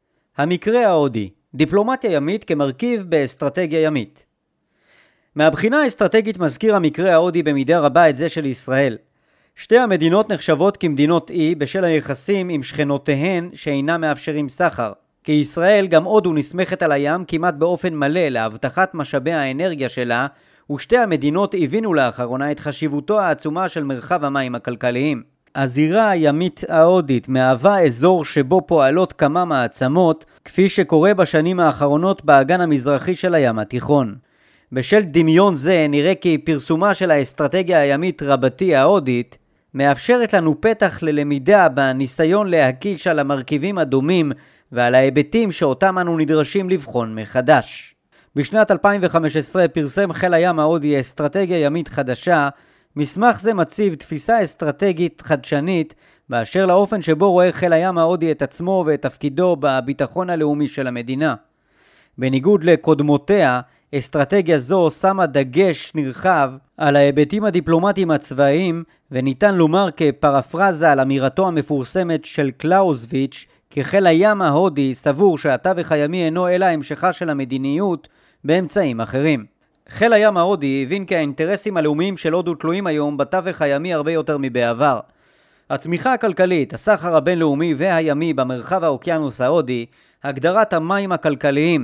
המקרה ההודי, דיפלומטיה ימית כמרכיב באסטרטגיה ימית. מהבחינה האסטרטגית מזכיר המקרה ההודי במידה רבה את זה של ישראל. שתי המדינות נחשבות כמדינות אי בשל היחסים עם שכנותיהן שאינם מאפשרים סחר. כי ישראל גם הודו נסמכת על הים כמעט באופן מלא להבטחת משאבי האנרגיה שלה, ושתי המדינות הבינו לאחרונה את חשיבותו העצומה של מרחב המים הכלכליים. הזירה הימית ההודית מהווה אזור שבו פועלות כמה מעצמות, כפי שקורה בשנים האחרונות באגן המזרחי של הים התיכון. בשל דמיון זה נראה כי פרסומה של האסטרטגיה הימית רבתי ההודית מאפשרת לנו פתח ללמידה בניסיון להקיש על המרכיבים הדומים ועל ההיבטים שאותם אנו נדרשים לבחון מחדש. בשנת אלפיים וחמש עשרה פרסם חיל הים ההודי אסטרטגיה ימית חדשה. מסמך זה מציב תפיסה אסטרטגית חדשנית באשר לאופן שבו רואה חיל הים ההודי את עצמו ואת תפקידו בביטחון הלאומי של המדינה. בניגוד לקודמותיה, אסטרטגיה זו שמה דגש נרחב על ההיבטים הדיפלומטיים הצבאיים, וניתן לומר כפרפרזה על אמירתו המפורסמת של קלאוזוויץ' כי חיל הים ההודי סבור שהתווך הימי אינו אלא המשכה של המדיניות באמצעים אחרים. חיל הים ההודי הבין כי האינטרסים הלאומיים של הודו תלויים היום בתווך הימי הרבה יותר מבעבר. הצמיחה הכלכלית, הסחר הבינלאומי והימי במרחב האוקיינוס ההודי, הגדרת המים הכלכליים,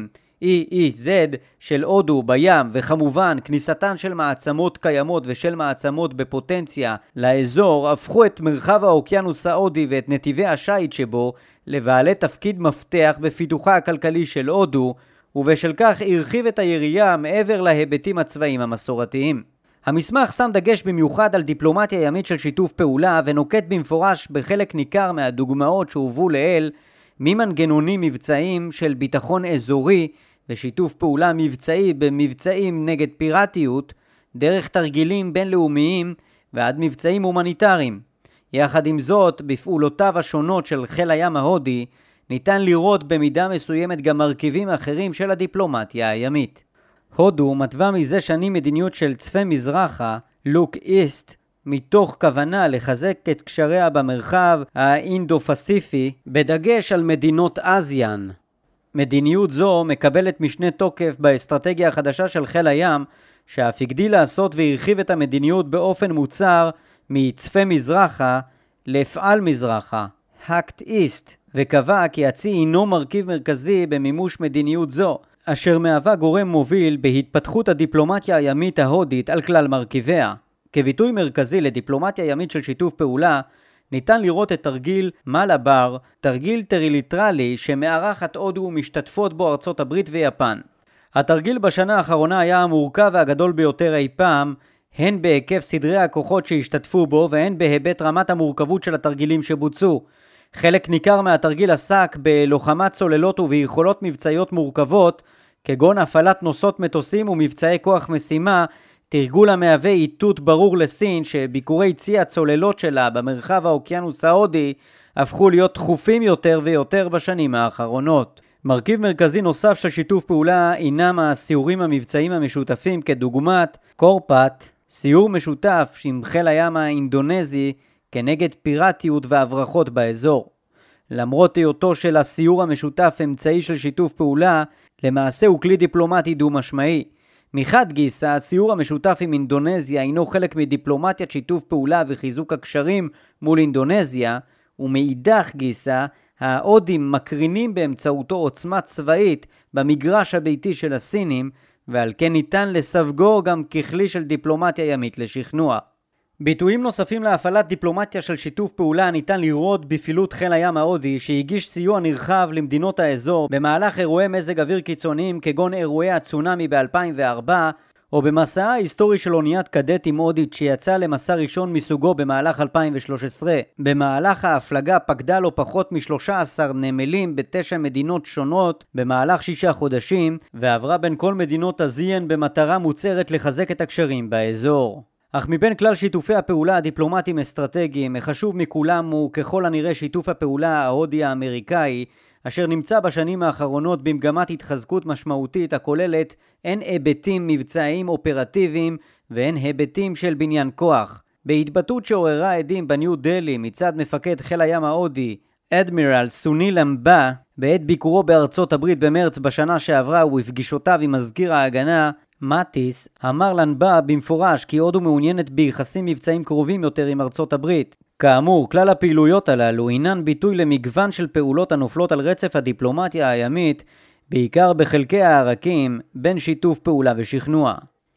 אי אי זד של הודו בים, וכמובן כניסתן של מעצמות קיימות ושל מעצמות בפוטנציה לאזור, הפכו את מרחב האוקיינוס ההודי ואת נתיבי השיט שבו לבעלי תפקיד מפתח בפיתוחה הכלכלי של הודו, ובשל כך הרחיב את היריעה מעבר להיבטים הצבאיים המסורתיים. המסמך שם דגש במיוחד על דיפלומטיה ימית של שיתוף פעולה, ונוקט במפורש בחלק ניכר מהדוגמאות שהובאו לעיל ממנגנונים מבצעיים של ביטחון אזורי ושיתוף פעולה מבצעי במבצעים נגד פיראטיות, דרך תרגילים בינלאומיים ועד מבצעים הומניטריים. יחד עם זאת, בפעולותיו השונות של חיל הים ההודי, ניתן לראות במידה מסוימת גם מרכיבים אחרים של הדיפלומטיה הימית. הודו מתווה מזה שנים מדיניות של צפה מזרחה, לוק איסט, מתוך כוונה לחזק את קשריה במרחב האינדו-פסיפי, בדגש על מדינות אזיאן. מדיניות זו מקבלת משנה תוקף באסטרטגיה החדשה של חיל הים, שאף הגדיל לעשות והרחיב את המדיניות באופן מוצר מצפה מזרחה לפעל מזרחה, האקט איסט, וקבע כי הצי אינו מרכיב מרכזי במימוש מדיניות זו, אשר מהווה גורם מוביל בהתפתחות הדיפלומטיה הימית ההודית על כלל מרכיביה. כביטוי מרכזי לדיפלומטיה ימית של שיתוף פעולה, ניתן לראות את תרגיל מלאבר, תרגיל טריליטרלי שמארחת הודו ומשתתפות בו ארצות הברית ויפן. התרגיל בשנה האחרונה היה המורכב והגדול ביותר אי פעם, הן בהיקף סדרי הכוחות שהשתתפו בו והן בהיבט רמת המורכבות של התרגילים שבוצעו. חלק ניכר מהתרגיל עסק בלוחמת צוללות וביכולות מבצעיות מורכבות, כגון הפעלת נוסעות מטוסים ומבצעי כוח משימה, תרגול המהווה איתות ברור לסין שביקורי צי הצוללות שלה במרחב האוקיינוס ההודי הפכו להיות תכופים יותר ויותר בשנים האחרונות. מרכיב מרכזי נוסף של שיתוף פעולה אינם הסיורים המבצעיים המשותפים כדוגמת קורפט, סיור משותף עם חיל הים האינדונזי כנגד פיראטיות והברחות באזור. למרות היותו של הסיור המשותף אמצעי של שיתוף פעולה, למעשה הוא כלי דיפלומטי דו-משמעי. מחד גיסא, הסיור המשותף עם אינדונזיה אינו חלק מדיפלומטיית שיתוף פעולה וחיזוק הקשרים מול אינדונזיה, ומאידך גיסא, ההודים מקרינים באמצעותו עוצמה צבאית במגרש הביתי של הסינים, ועל כן ניתן לסווגו גם ככלי של דיפלומטיה ימית לשכנוע. ביטויים נוספים להפעלת דיפלומטיה של שיתוף פעולה ניתן לראות בפעילות חיל הים ההודי, שהגיש סיוע נרחב למדינות האזור במהלך אירועי מזג אוויר קיצוניים כגון אירועי הצונאמי ב-אלפיים וארבע, או במסעה ההיסטורי של אוניית קדטים הודית שיצא למסע ראשון מסוגו במהלך אלפיים ושלוש עשרה. במהלך ההפלגה פקדה לו פחות מ-שלושה עשר נמלים בתשע מדינות שונות במהלך שישה חודשים, ועברה בין כל מדינות אזיאן במטרה מוצהרת לחזק את הקשרים באזור. אך מבין כלל שיתופי הפעולה הדיפלומטיים אסטרטגיים, החשוב מכולם הוא ככל הנראה שיתוף הפעולה ההודי האמריקאי, אשר נמצא בשנים האחרונות במגמת התחזקות משמעותית הכוללת הן היבטים מבצעיים אופרטיביים והן היבטים של בניין כוח. בהתבטאות שעוררה עדים בניו דלי מצד מפקד חיל הים ההודי, אדמירל סוניל אמבה, בעת ביקורו בארצות הברית במרץ בשנה שעברה ובפגישותיו עם מזכיר ההגנה, מטיס, אמר לנבא במפורש כי הודו מעוניינת ביחסים מבצעים קרובים יותר עם ארצות הברית. כאמור, כלל הפעילויות הללו אינן ביטוי למגוון של פעולות הנופלות על רצף הדיפלומטיה הימית, בעיקר בחלקי הערכים בין שיתוף פעולה ושכנוע.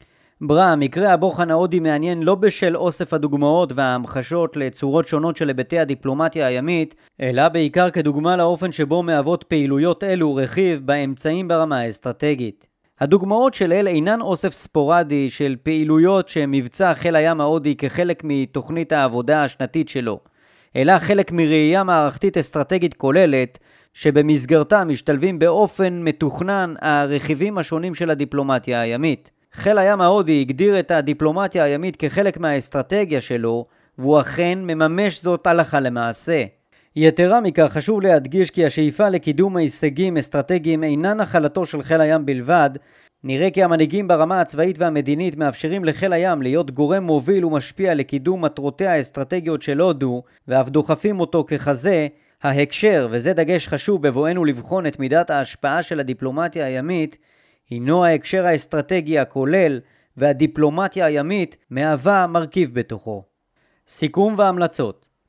ברא, מקרה הבוחן ההודי מעניין לא בשל אוסף הדוגמאות וההמחשות לצורות שונות של היבטי הדיפלומטיה הימית, אלא בעיקר כדוגמה לאופן שבו מהוות פעילויות אלו רכיב באמצעים ברמה האסטרטגית. הדוגמאות של אלה אינן אוסף ספורדי של פעילויות שמבצע חיל הים ההודי כחלק מתוכנית העבודה השנתית שלו, אלא חלק מראייה מערכתית אסטרטגית כוללת, שבמסגרתה משתלבים באופן מתוכנן הרכיבים השונים של הדיפלומטיה הימית. חיל הים ההודי הגדיר את הדיפלומטיה הימית כחלק מהאסטרטגיה שלו, והוא אכן מממש זאת הלכה למעשה. יתרה מכך, חשוב להדגיש כי השאיפה לקידום ההישגים אסטרטגיים אינה נחלתו של חיל הים בלבד. נראה כי המנהיגים ברמה הצבאית והמדינית מאפשרים לחיל הים להיות גורם מוביל ומשפיע לקידום מטרותיה האסטרטגיות של הודו, ואף דוחפים אותו ככזה. ההקשר, וזה דגש חשוב בבואנו לבחון את מידת ההשפעה של הדיפלומטיה הימית, הינו ההקשר האסטרטגי הכולל, והדיפלומטיה הימית מהווה מרכיב בתוכו. סיכום והמלצות.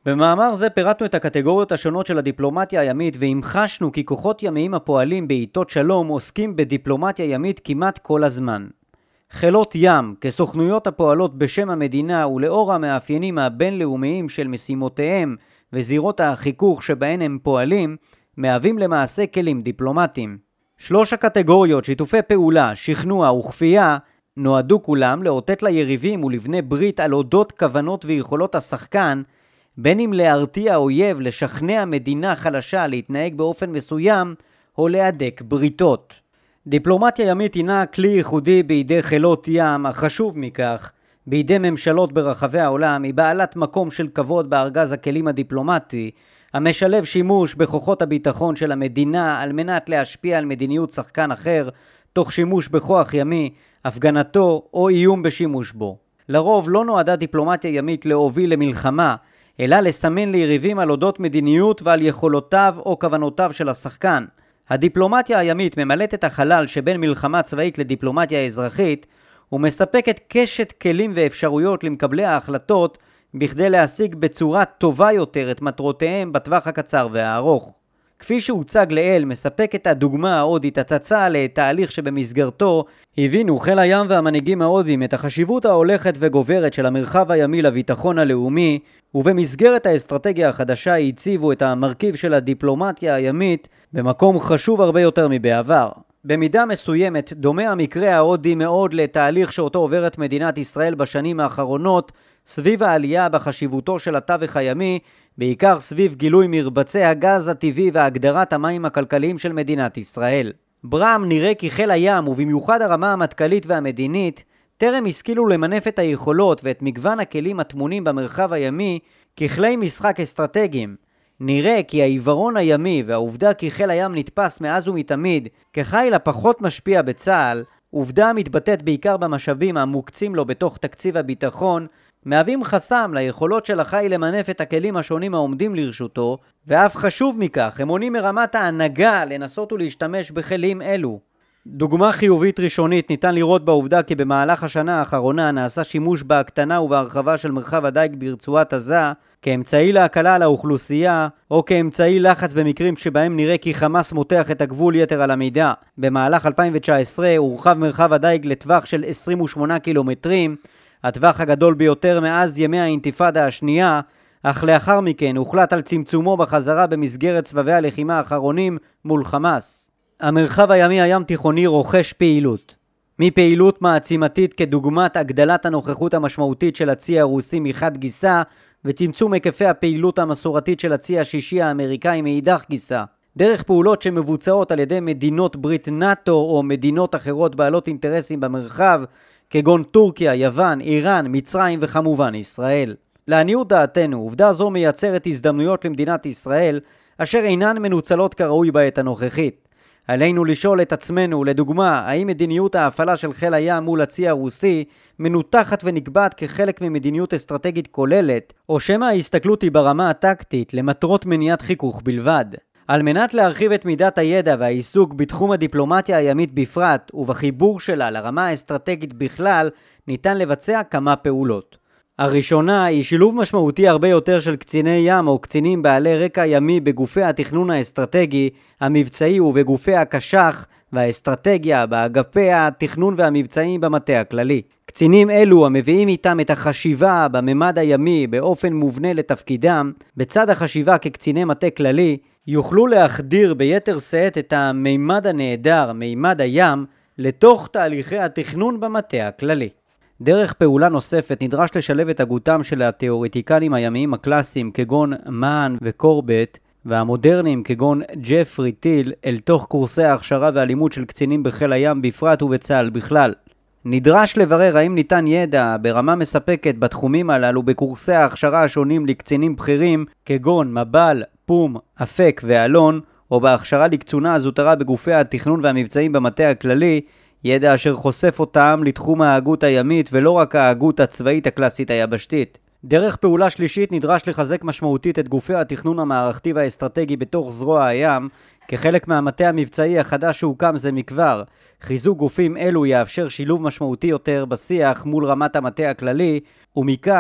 במאמר זה פירטנו את הקטגוריות השונות של הדיפלומטיה הימית והמחשנו כי כוחות ימיים הפועלים בעיתות שלום עוסקים בדיפלומטיה ימית כמעט כל הזמן. חילות ים, כסוכנויות הפועלות בשם המדינה ולאור המאפיינים הבינלאומיים של משימותיהם וזירות החיכוך שבהן הם פועלים, מהווים למעשה כלים דיפלומטיים. שלוש הקטגוריות, שיתופי פעולה, שכנוע וכפייה, נועדו כולם לאותת ליריבים ולבני ברית על אודות כוונות ויכולות השחקן, בין אם להרתיע אויב, לשכנע מדינה חלשה להתנהג באופן מסוים, או להדק בריתות. דיפלומטיה ימית הינה כלי ייחודי בידי חילות ים, אך חשוב מכך, בידי ממשלות ברחבי העולם, היא בעלת מקום של כבוד בארגז הכלים הדיפלומטי, המשלב שימוש בכוחות הביטחון של המדינה על מנת להשפיע על מדיניות שחקן אחר, תוך שימוש בכוח ימי, הפגנתו או איום בשימוש בו. לרוב לא נועדה דיפלומטיה ימית להוביל למלחמה, אלא לסמן ליריבים על אודות מדיניות ועל יכולותיו או כוונותיו של השחקן. הדיפלומטיה הימית ממלאת את החלל שבין מלחמה צבאית לדיפלומטיה אזרחית, ומספקת קשת כלים ואפשרויות למקבלי ההחלטות בכדי להשיג בצורה טובה יותר את מטרותיהם בטווח הקצר והארוך. כפי שהוצג לעיל, מספקת הדוגמה ההודית הצצה לתהליך שבמסגרתו הבינו חיל הים והמנהיגים ההודים את החשיבות ההולכת וגוברת של המרחב הימי לביטחון הלאומי, ובמסגרת האסטרטגיה החדשה הציבו את המרכיב של הדיפלומטיה הימית במקום חשוב הרבה יותר מבעבר. במידה מסוימת דומה המקרה ההודי מאוד לתהליך שאותו עוברת מדינת ישראל בשנים האחרונות סביב העלייה בחשיבותו של התווך הימי, בעיקר סביב גילוי מרבצי הגז הטבעי והגדרת המים הכלכליים של מדינת ישראל. ברם נראה כי חיל הים, ובמיוחד הרמה המטכ"לית והמדינית, טרם השכילו למנף את היכולות ואת מגוון הכלים הטמונים במרחב הימי ככלי משחק אסטרטגיים. נראה כי העיוורון הימי והעובדה כי חיל הים נתפס מאז ומתמיד כחיל הפחות משפיע בצה"ל, עובדה מתבטאת בעיקר במשאבים המוקצים לו בתוך תקציב הביטחון, מהווים חסם ליכולות של החיל למנף את הכלים השונים העומדים לרשותו, ואף חשוב מכך, הם מונעים מרמת ההנהגה לנסות ולהשתמש בכלים אלו. דוגמה חיובית ראשונית ניתן לראות בעובדה כי במהלך השנה האחרונה נעשה שימוש בהקטנה ובהרחבה של מרחב הדייג ברצועת עזה כאמצעי להקלה על האוכלוסייה או כאמצעי לחץ במקרים שבהם נראה כי חמאס מותח את הגבול יתר על המידה. במהלך אלפיים תשע עשרה הורחב מרחב הדייג לטווח של עשרים ושמונה קילומטרים, הטווח הגדול ביותר מאז ימי האינתיפאדה השנייה, אך לאחר מכן הוחלט על צמצומו בחזרה במסגרת סבבי הלחימה האחרונים מול חמאס. המרחב הימי הים תיכוני רוכש פעילות. מפעילות מעצימתית כדוגמת הגדלת הנוכחות המשמעותית של הצי הרוסי מחד גיסה, וצמצום היקפי הפעילות המסורתית של הצי השישי האמריקאי מאידך גיסה. דרך פעולות שמבוצעות על ידי מדינות ברית נאטו או מדינות אחרות בעלות אינטרסים במרחב, כגון טורקיה, יוון, איראן, מצרים וכמובן ישראל. לעניות דעתנו, עובדה זו מייצרת הזדמנויות למדינת ישראל, אשר אינן מנוצלות כראוי בעת הנוכחית. עלינו לשאול את עצמנו, לדוגמה, האם מדיניות ההפעלה של חיל הים מול הצי הרוסי מנותחת ונקבעת כחלק ממדיניות אסטרטגית כוללת, או שמא ההסתכלות היא ברמה הטקטית למטרות מניעת חיכוך בלבד. על מנת להרחיב את מידת הידע והעיסוק בתחום הדיפלומטיה הימית בפרט ובחיבור שלה לרמה האסטרטגית בכלל, ניתן לבצע כמה פעולות. הראשונה היא שילוב משמעותי הרבה יותר של קציני ים או קצינים בעלי רקע ימי בגופי התכנון האסטרטגי, המבצעי ובגופי הקשח והאסטרטגיה באגפי התכנון והמבצעים במטה הכללי. קצינים אלו המביאים איתם את החשיבה בממד הימי באופן מובנה לתפקידם, בצד החשיבה כקציני מטה כללי, יוכלו להחדיר ביתר שאת את המימד הנהדר, מימד הים, לתוך תהליכי התכנון במטה הכללי. דרך פעולה נוספת נדרש לשלב את הגותם של התיאורטיקנים הימיים הקלאסיים כגון מאן וקורבט, והמודרניים כגון ג'פרי טיל אל תוך קורסי ההכשרה והלימוד של קצינים בחיל הים בפרט ובצה"ל בכלל. נדרש לברר האם ניתן ידע ברמה מספקת בתחומים הללו בקורסי ההכשרה השונים לקצינים בכירים כגון מב"ל, פום, אפק ואלון, או בהכשרה לקצונה הזוטרה בגופי התכנון והמבצעים במטה הכללי, ידע אשר חושף אותם לתחום ההגות הימית ולא רק ההגות הצבאית הקלאסית היבשתית. דרך פעולה שלישית נדרש לחזק משמעותית את גופי התכנון המערכתי והאסטרטגי בתוך זרוע הים, כחלק מהמטה המבצעי החדש שהוקם זה מכבר. חיזוק גופים אלו יאפשר שילוב משמעותי יותר בשיח מול רמת המטה הכללי, ומכאן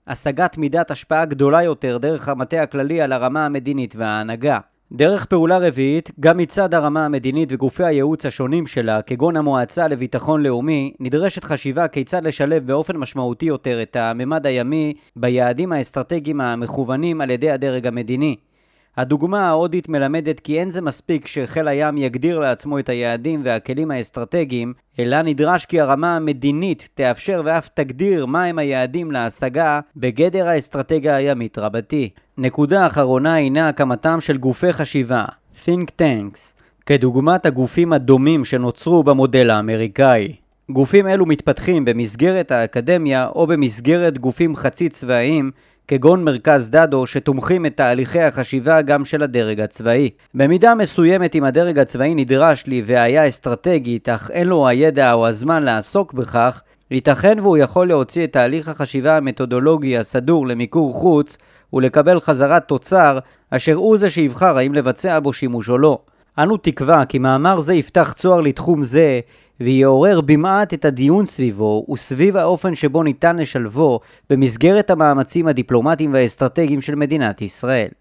השגת מידת השפעה גדולה יותר דרך המטה הכללי על הרמה המדינית וההנהגה. דרך פעולה רביעית, גם מצד הרמה המדינית וגופי הייעוץ השונים שלה, כגון המועצה לביטחון לאומי, נדרשת חשיבה כיצד לשלב באופן משמעותי יותר את הממד הימי ביעדים האסטרטגיים המכוונים על ידי הדרג המדיני. הדוגמה ההודית מלמדת כי אין זה מספיק שחיל הים יגדיר לעצמו את היעדים והכלים האסטרטגיים, אלא נדרש כי הרמה המדינית תאפשר ואף תגדיר מהם היעדים להשגה בגדר האסטרטגיה הימית רבתי. נקודה אחרונה הינה הקמתם של גופי חשיבה, think tanks, כדוגמת הגופים הדומים שנוצרו במודל האמריקאי. גופים אלו מתפתחים במסגרת האקדמיה או במסגרת גופים חצי צבאיים, כגון מרכז דדו שתומכים את תהליכי החשיבה גם של הדרג הצבאי. במידה מסוימת אם הדרג הצבאי נדרש לי והיה אסטרטגית אך אין לו הידע או הזמן לעסוק בכך, ייתכן והוא יכול להוציא את תהליך החשיבה המתודולוגי הסדור למיקור חוץ ולקבל חזרת תוצר אשר הוא זה שיבחר האם לבצע בו שימוש או לא. אנו תקווה כי מאמר זה יפתח צוהר לתחום זה ויעורר במעט את הדיון סביבו וסביב האופן שבו ניתן לשלבו במסגרת המאמצים הדיפלומטיים והאסטרטגיים של מדינת ישראל.